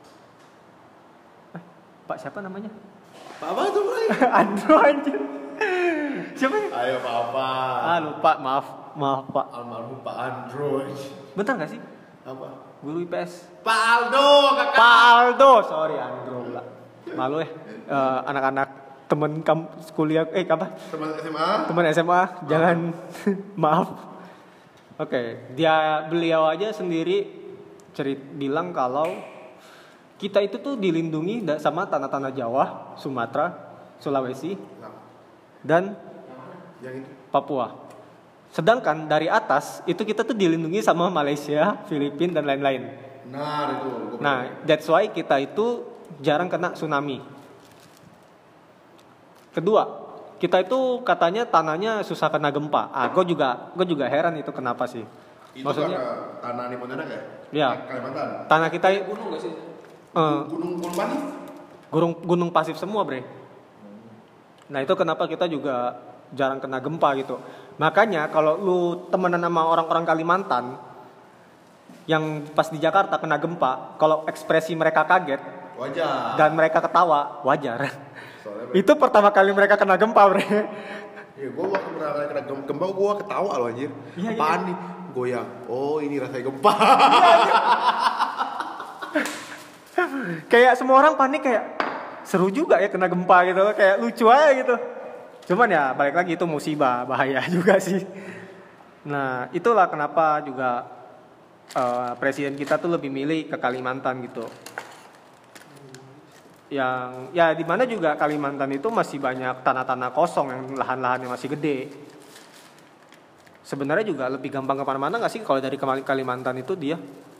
Pak siapa namanya? Pak apa tuh, Boy? Andro anjir. Siapa ya? Ayo Papa. Lupa, maaf Pak. Almarhum Pak Android. Bener gak sih? Apa? Guru IPS. Pak Aldo, kakak. Pak Aldo, sorry Andro pula. Malu ya, anak-anak temen kuliah, apa? Teman SMA, jangan maaf. Oke, beliau aja sendiri bilang kalau kita itu tuh dilindungi sama tanah-tanah Jawa, Sumatera, Sulawesi, dan Yang itu. Papua. Sedangkan dari atas itu kita tuh dilindungi sama Malaysia, Filipina dan lain-lain. Nah, itu. Nah, that's why kita itu jarang kena tsunami. Kedua, kita itu katanya tanahnya susah kena gempa. Gue juga heran itu kenapa sih? Itu Maksudnya karena tanah di Pontianak ya? Ya. Kalimantan. Tanah kita Gunung gak sih? Gunung Pasif. gunung pasif semua, bre. Nah, itu kenapa kita juga jarang kena gempa gitu. Makanya kalau lu temenan sama orang-orang Kalimantan yang pas di Jakarta kena gempa, kalau ekspresi mereka kaget Wajar. dan mereka ketawa, wajar. Soalnya Itu pertama kali mereka kena gempa, bre. iya, gue waktu pernah kena gempa gue ketawa loh anjir. Iya, Apaan nih? Goyang. Oh, ini rasanya gempa. Kayak semua orang panik, kayak seru juga ya kena gempa gitu, kayak lucu aja gitu. Cuman ya balik lagi itu musibah, bahaya juga sih. Nah, itulah kenapa juga presiden kita tuh lebih milih ke Kalimantan gitu. Yang ya di mana juga Kalimantan itu masih banyak tanah-tanah kosong yang lahan-lahannya masih gede. Sebenarnya juga lebih gampang kemana-mana nggak sih kalau dari Kalimantan itu dia?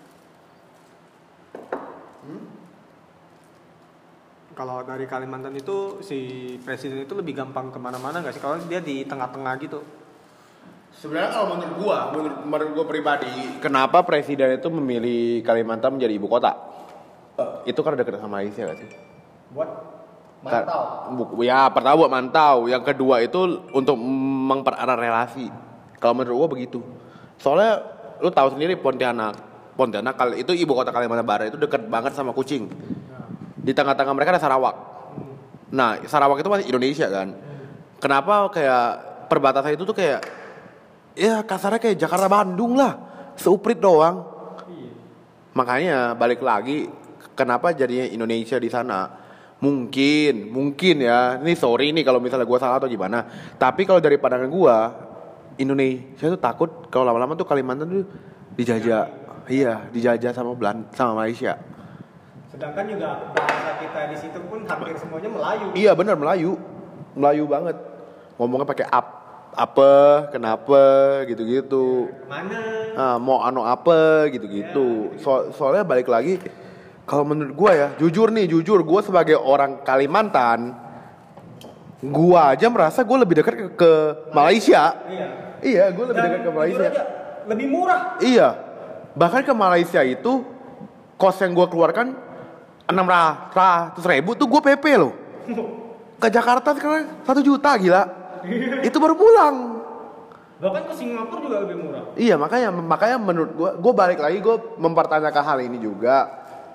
Kalau dari Kalimantan itu si presiden itu lebih gampang kemana-mana nggak sih kalau dia di tengah-tengah gitu? Sebenarnya kalau menurut gua pribadi, kenapa presiden itu memilih Kalimantan menjadi ibu kota? Itu karena dekat sama Malaysia gak sih? Buat mantau. Ya, pertama buat mantau, yang kedua itu untuk mempererat relasi. Kalau menurut gua begitu. Soalnya lu tahu sendiri Pontianak itu ibu kota Kalimantan Barat itu dekat banget sama Kucing. Di tengah-tengah mereka ada Sarawak. Nah, Sarawak itu masih Indonesia kan. Kenapa kayak perbatasan itu tuh kayak ya kasarnya kayak Jakarta Bandung lah, seuprit doang. Makanya balik lagi kenapa jadinya Indonesia di sana? Mungkin ya. Ini sorry nih kalau misalnya gue salah atau gimana. Tapi kalau dari pandangan gue, Indonesia tuh takut kalau lama-lama tuh Kalimantan tuh dijajah. Iya, dijajah sama Malaysia. Sedangkan juga bahasa kita di situ pun hampir semuanya Melayu. Iya benar Melayu banget. Ngomongnya pakai apa, kenapa, gitu-gitu. Mana? Mau apa, gitu-gitu. Soalnya balik lagi, kalau menurut gue ya, jujur gue sebagai orang Kalimantan, gue aja merasa gue lebih dekat ke Malaysia. Iya, gue lebih dekat ke Malaysia. Lebih murah. Iya, bahkan ke Malaysia itu kos yang gue keluarkan 600.000 tuh gue PP loh. Ke Jakarta sekarang 1 juta gila. Itu baru pulang. Bahkan ke Singapura juga lebih murah. Iya, makanya menurut gue balik lagi gue mempertanyakan hal ini juga.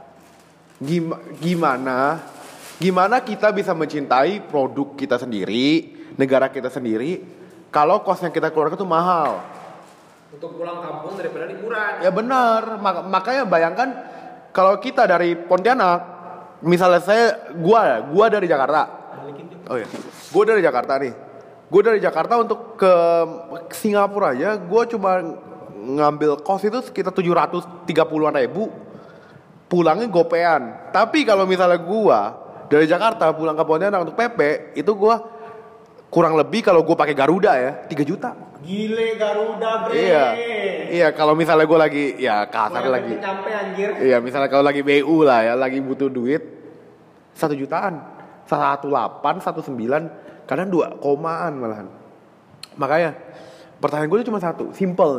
Gimana kita bisa mencintai produk kita sendiri, negara kita sendiri, kalau kos yang kita keluarkan itu mahal. Untuk pulang kampung daripada liburan. Ya benar, makanya bayangkan kalau kita dari Pontianak, misalnya gua dari Jakarta. Oh iya. Gua dari Jakarta nih. Gua dari Jakarta untuk ke Singapura aja, gua cuma ngambil kos itu sekitar 730-an ribu. Pulangnya gopean. Tapi kalau misalnya gua dari Jakarta pulang ke Pontianak untuk PP, itu gua kurang lebih kalau gua pakai Garuda ya, 3 juta. Gile Garuda bre. Iya kalau misalnya gue lagi ya kasar lagi. Nyampe anjir. Iya misalnya kalau lagi BU lah ya, lagi butuh duit 1 jutaan, 18, 19, kadang 2 komaan malahan. Makanya pertanyaan gue cuma satu, simple.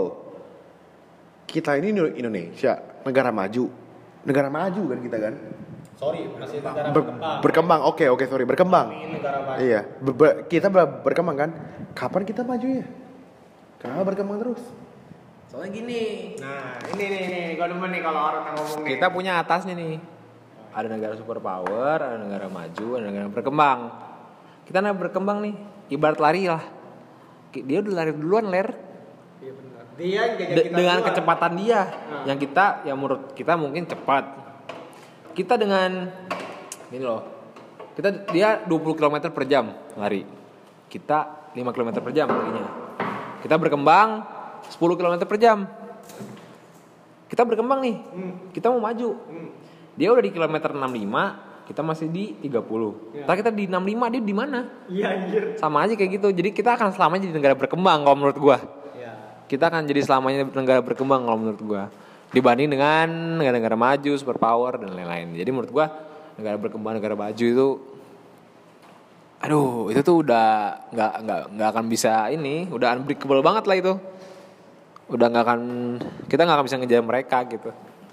Kita ini Indonesia, negara maju kan kita kan. Sorry, masih negara berkembang. Berkembang, oke, sorry, berkembang. Negara maju. Iya, kita berkembang kan. Kapan kita maju ya? Kenapa berkembang terus? Soalnya gini. Nah, ini gue demen nih kalau orang yang ngomong nih. Kita punya atasnya nih. Ada negara superpower, ada negara maju, ada negara berkembang. Kita berkembang nih, ibarat lari lah. Dia udah lari duluan, Ler. Iya benar. Dia yang jajan kita dengan duluan. kecepatan dia. Yang kita, yang menurut kita mungkin cepat. Kita dengan ini loh. Dia 20 km per jam lari. Kita 5 km per jam larinya. Kita berkembang 10 km per jam. Kita berkembang nih. Kita mau maju. Dia udah di kilometer 65, kita masih di 30. Ntar kita di 65, dia di mana? Iya anjir. Sama aja kayak gitu. Jadi kita akan selamanya jadi negara berkembang kalau menurut gua. Kita akan jadi selamanya negara berkembang kalau menurut gua. Dibanding dengan negara-negara maju, superpower dan lain-lain. Jadi menurut gua negara berkembang, negara maju itu, aduh, itu tuh udah nggak akan bisa ini, udah unbreakable banget lah itu. Udah kita nggak akan bisa ngejar mereka gitu.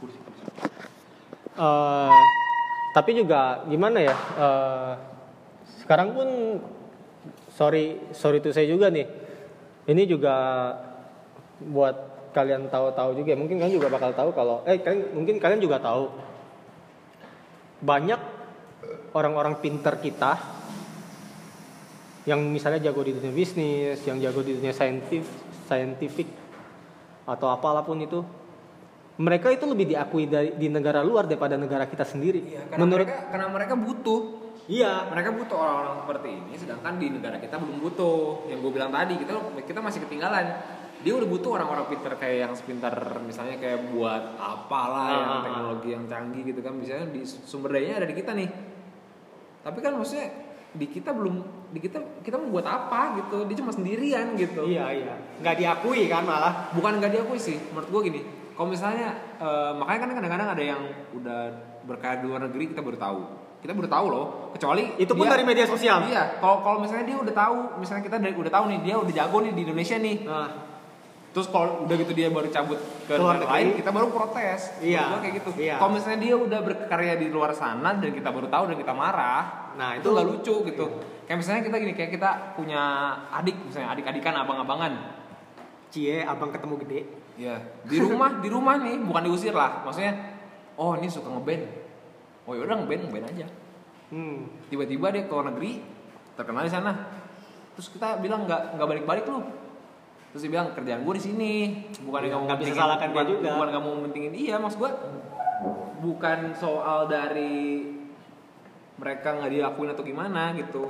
Tapi juga gimana ya? Sekarang pun sorry to say juga nih. Ini juga buat kalian tahu juga, mungkin kalian juga bakal tahu kalau kalian juga tahu banyak orang-orang pintar kita yang misalnya jago di dunia bisnis, yang jago di dunia scientific atau apapun itu, mereka itu lebih diakui di negara luar daripada negara kita sendiri. Iya, karena mereka butuh. Iya, mereka butuh orang-orang seperti ini, sedangkan di negara kita belum butuh. Yang gue bilang tadi, kita masih ketinggalan. dia udah butuh orang-orang pintar kayak yang sepintar misalnya kayak buat apalah yang teknologi yang canggih gitu kan, misalnya di sumber dayanya ada di kita nih, tapi kan maksudnya di kita mau buat apa gitu, dia cuma sendirian gitu. Iya nggak diakui kan, malah Bukan nggak diakui sih, menurut gue gini, kalau misalnya makanya kan kadang-kadang ada yang udah berkaya di luar negeri kita baru tahu loh, kecuali itu pun dari media sosial. Iya, kalau misalnya dia udah tahu, misalnya kita udah tahu nih dia udah jago nih di Indonesia nih. Terus kalau udah gitu dia baru cabut ke luar negara lain, kita baru protes. Iya. Kayak gitu. Iya. Kalau misalnya dia udah berkarya di luar sana dan kita baru tahu dan kita marah, nah itu nggak lucu gitu. Kayak misalnya kita gini, kayak kita punya adik, misalnya adik-adikan, abang-abangan. Cie, abang ketemu gede. Iya. Di rumah nih, bukan diusir lah. Maksudnya, oh ini suka ngeband. Oh yaudah ngeband aja. Tiba-tiba dia ke luar negeri, terkenal di sana. Terus kita bilang nggak balik-balik lu. Terus dia bilang kerjaan gue di sini, bukan nggak bisa salahkan dia juga. Bukan nggak mau mentingin, iya maksud gue bukan soal dari mereka nggak diakuin atau gimana gitu.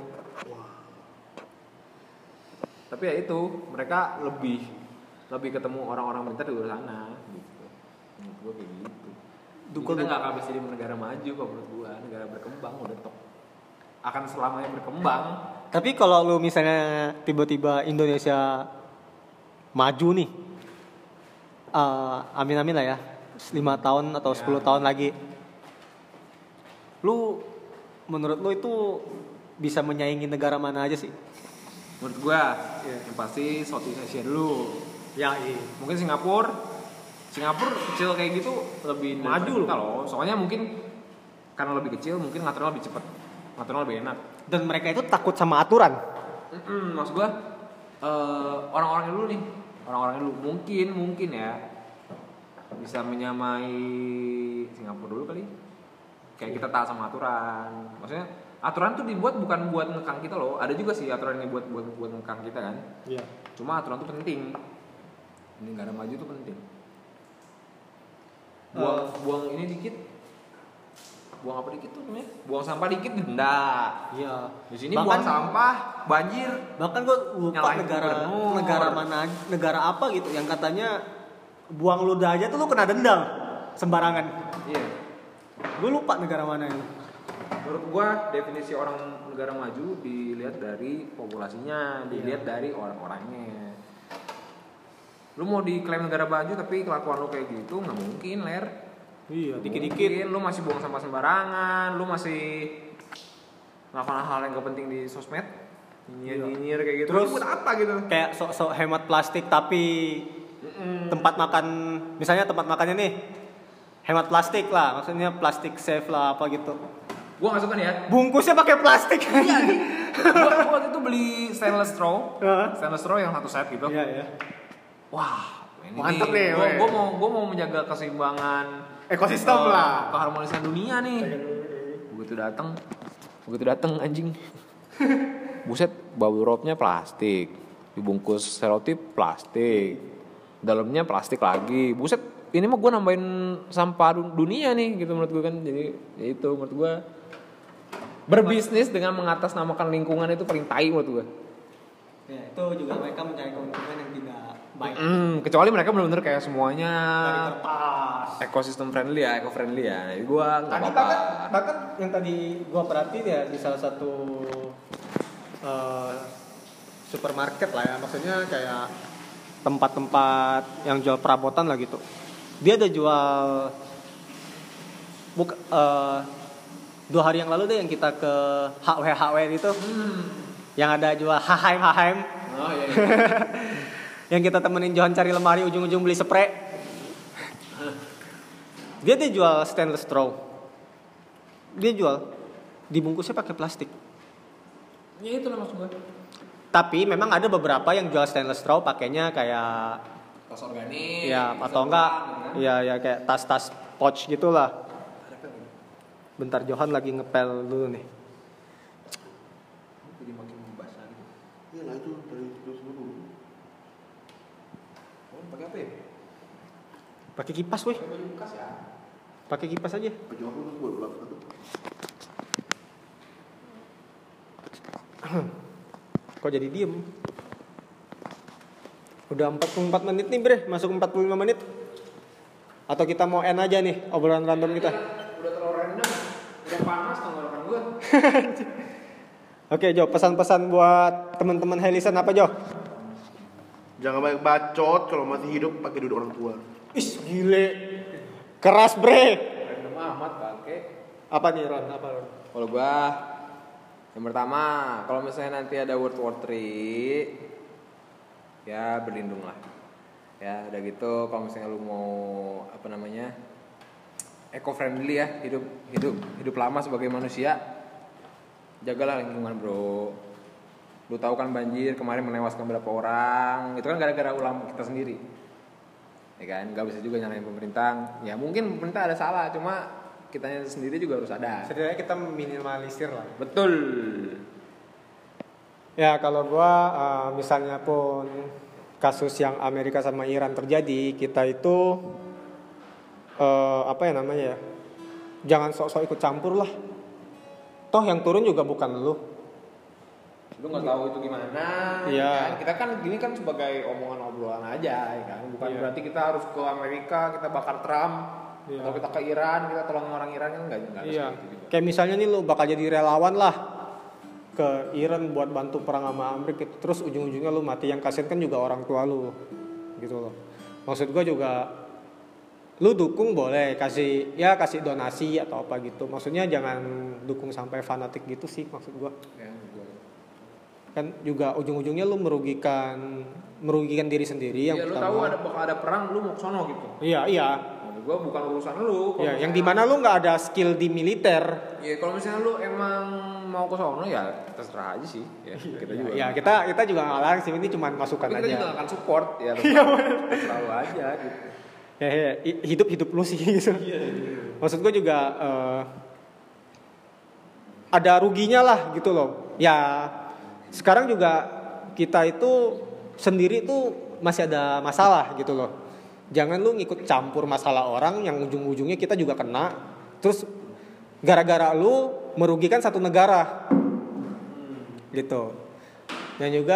Tapi ya itu mereka lebih ketemu orang-orang pintar di luar sana gitu. Menurut gue kayak gitu. Kita nggak akan bisa jadi negara maju kok menurut gue, negara berkembang udah top akan selamanya berkembang. Tapi kalau lu misalnya tiba-tiba Indonesia maju nih, amin-amin lah ya, 5 tahun atau 10 tahun lagi, lu menurut lu itu bisa menyaingi negara mana aja sih? Menurut gua yang pasti Southeast Asia dulu. Ya iya. Mungkin Singapura kecil kayak gitu lebih maju loh. Soalnya mungkin karena lebih kecil mungkin ngaturnya lebih cepat, ngaturnya lebih enak. Dan mereka itu takut sama aturan. Maksud gua orang-orangnya dulu nih, mungkin ya bisa menyamai Singapura dulu kali. Kayak kita taat sama aturan. Maksudnya aturan tuh dibuat bukan buat ngekang kita loh. Ada juga sih aturan yang buat ngekang kita kan. Iya. Cuma aturan tuh penting. Ini negara maju tuh penting. Buang ini dikit. Buang apa dikit tuh namanya? Buang sampah dikit denda. Iya. Di sini buang sampah, banjir. Bahkan gue lupa negara mana, negara apa gitu yang katanya buang ludah aja tuh lu kena denda sembarangan. Iya. Gue lupa negara mana itu. Menurut gua definisi orang negara maju dilihat dari populasinya, dilihat dari orang-orangnya. Lu mau diklaim negara maju tapi kelakuan lu kayak gitu nggak mungkin, Ler. Iya, dikit-dikit lu masih buang sampah sembarangan, lu masih melakukan hal yang gak penting di sosmed, nyinyir kayak gitu. Terus buat apa gitu? Kayak sok-sok hemat plastik tapi tempat makan, misalnya tempat makannya nih hemat plastik lah, maksudnya plastik safe lah apa gitu. Gua nggak suka nih ya. Bungkusnya pakai plastik. Iya nih. Gua waktu itu beli stainless straw yang satu set gitu. Iya. Wah, ini mantep nih. Gua mau menjaga keseimbangan ekosistem lah, keharmonisan dunia nih. Begitu datang anjing. Buset, bubble wrapnya plastik, dibungkus selotip plastik, dalamnya plastik lagi. Buset, ini mah gue nambahin sampah dunia nih gitu menurut gue kan. Jadi ya itu menurut gue berbisnis dengan mengatasnamakan lingkungan itu paling tai menurut gue. Ya, itu juga mereka mencari keuntungan yang tidak baik. Kecuali mereka benar-benar kayak semuanya dari kertas, ekosistem friendly ya, eco friendly ya. Jadi gue nggak apa-apa. Bahkan yang tadi gue perhatiin ya di salah satu supermarket lah ya, maksudnya kayak tempat-tempat yang jual perabotan lah gitu. Dia ada jual 2 hari yang lalu deh yang kita ke HW itu, yang ada jual Hahaim. Oh iya. Yang kita temenin Johan cari lemari, ujung-ujung beli spray. Dia jual stainless straw. Dia jual dibungkusnya pakai plastik. Ya itu lah maksud gue. Tapi memang ada beberapa yang jual stainless straw pakainya kayak Tas organik. ya atau enggak ya kayak tas-tas pouch gitulah. Bentar, Johan lagi ngepel dulu nih. Jadi makin basah gitu. Iya lah, itu dari terus dulu. Pakai apa ya? Pakai kipas weh. Pakai baju bekas ya. Pakai kipas aja. Baju aku tuh buat belakang tuh. Kok jadi diem? Udah 44 menit nih bre, masuk 45 menit. Atau kita mau end aja nih obrolan random kita. Udah terlalu random. Udah panas tenggorokan gue. Oke Jo, pesan-pesan buat teman-teman Helison apa Jo? Jangan banyak bacot, kalau masih hidup pakai duit orang tua. Ih gile. Keras bre. Random amat pakai. Apa nih Ron? Apa Ron? Kalau gua yang pertama, kalau misalnya nanti ada World War 3 ya berlindunglah. Ya, udah gitu kalau misalnya lu mau apa namanya? Eco friendly ya, hidup lama sebagai manusia. Jagalah lingkungan, Bro. Lu tahu kan banjir kemarin menewaskan berapa orang? Itu kan gara-gara ulah kita sendiri. Ya kan, enggak bisa juga nyalain pemerintah. Ya mungkin pemerintah ada salah, cuma kitanya sendiri juga harus sadar. Setidaknya kita minimalisir lah. Betul. Ya kalau gua misalnya pun kasus yang Amerika sama Iran terjadi, kita itu apa ya namanya ya? Jangan sok-sok ikut campur lah. Toh yang turun juga bukan lu. Lu nggak tahu itu gimana. Iya. Kan? Kita kan gini kan sebagai omongan obrolan aja, ya kan. Bukan Iya. berarti kita harus ke Amerika, kita bakar Trump. Iya. Atau kita ke Iran, kita tolong orang Iran kan nggak ada Iya. seperti itu juga. Kayak misalnya nih lu bakal jadi relawan lah ke Iran buat bantu perang sama Amerika gitu. Terus ujung-ujungnya lu mati, yang kasihan kan juga orang tua lu gitu loh. Maksud gua juga lu dukung boleh, kasih donasi atau apa gitu. Maksudnya jangan dukung sampai fanatik gitu sih maksud gua. Ya, gua. Kan juga ujung-ujungnya lu merugikan diri sendiri yang Ya, lu pertama. tahu bakal ada perang, lu mau ke sono gitu. Iya. Nah, gua bukan urusan lu. Ya, yang dimana lu nggak ada skill di militer. Ya kalau misalnya lu emang mau ke sono ya terserah aja sih. Ya, kita juga. Ya kita juga nggak larang sih, ini cuma masukan Tapi aja. kita juga akan support ya. Terserah lu aja gitu. Ya, hidup lu sih gitu. Maksud gue juga ada ruginya lah gitu loh. Ya sekarang juga kita itu sendiri tuh masih ada masalah gitu loh. Jangan lu ngikut campur masalah orang yang ujung-ujungnya kita juga kena. Terus gara-gara lu merugikan satu negara gitu. Dan juga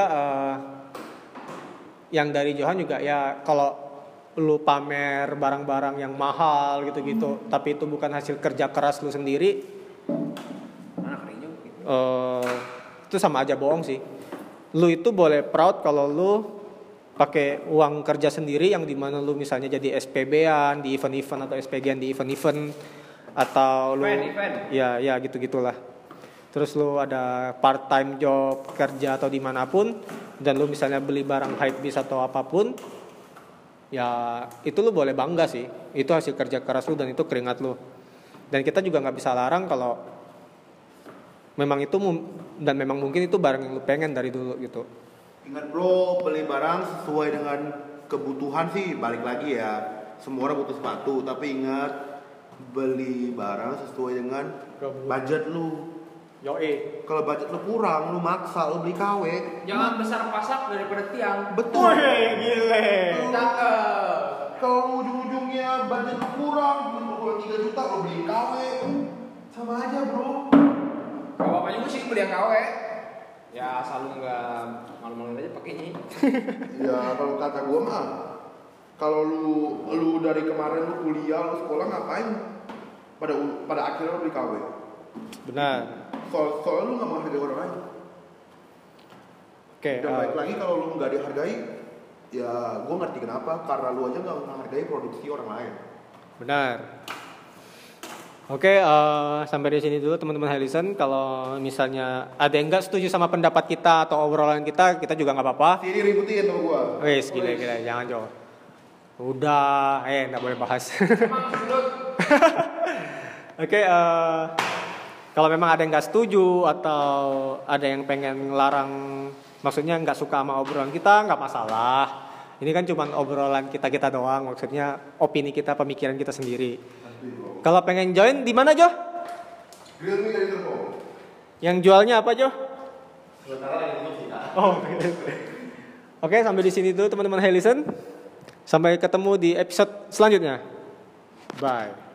yang dari Johan juga ya kalau lu pamer barang-barang yang mahal gitu-gitu, tapi itu bukan hasil kerja keras lu sendiri, Anak rinju gitu. itu sama aja bohong sih. Lu itu boleh proud kalau lu pakai uang kerja sendiri yang dimana lu misalnya jadi SPB-an di event-event atau SPG-an di event-event atau lu Event. ya gitu-gitulah. Terus lu ada part time job kerja atau dimanapun dan lu misalnya beli barang hypebeast atau apapun, ya itu lu boleh bangga sih. Itu hasil kerja keras lu dan itu keringat lu. Dan kita juga nggak bisa larang kalau memang itu dan memang mungkin itu barang yang lu pengen dari dulu gitu. Ingat bro, beli barang sesuai dengan kebutuhan sih, balik lagi ya. Semua orang butuh sepatu, tapi ingat beli barang sesuai dengan budget lu. Yoi. Kalau budget lu kurang, lu maksa, lu beli KW. Jangan besar pasak daripada tiang. Betul. Gile. Cakep. Kalau ujung-ujungnya budget lu kurang, lu 3 juta lu beli KW. Sama aja bro. Gak apa-apa juga sih beli yang KW. Ya asal lu nggak malu-maluin aja pakainya. Ya kalau kata gua mah, kalau lu dari kemarin lu kuliah, lu sekolah ngapain? Pada akhirnya lu beli KW. Benar. Soalnya lu nggak menghargai orang lain. Oke. Dan baik lagi kalau lu nggak dihargai, ya gua ngerti kenapa. Karena lu aja nggak menghargai produksi orang lain. Benar. Oke, sampai di sini dulu teman-teman Helison. Kalau misalnya ada yang nggak setuju sama pendapat kita atau obrolan kita juga nggak apa-apa. Sini ributin sama gua. Wes, gila, jangan Jo. Udah, nggak boleh bahas. Oke, kalau memang ada yang nggak setuju atau ada yang pengen ngelarang, maksudnya nggak suka sama obrolan kita, nggak masalah. Ini kan cuma obrolan kita doang, maksudnya opini kita, pemikiran kita sendiri. Kalau pengen join di mana Jo? Grill me dari Serpong. Yang jualnya apa Jo? Oh. Oke, sampai di sini dulu teman-teman Helison. Sampai ketemu di episode selanjutnya. Bye.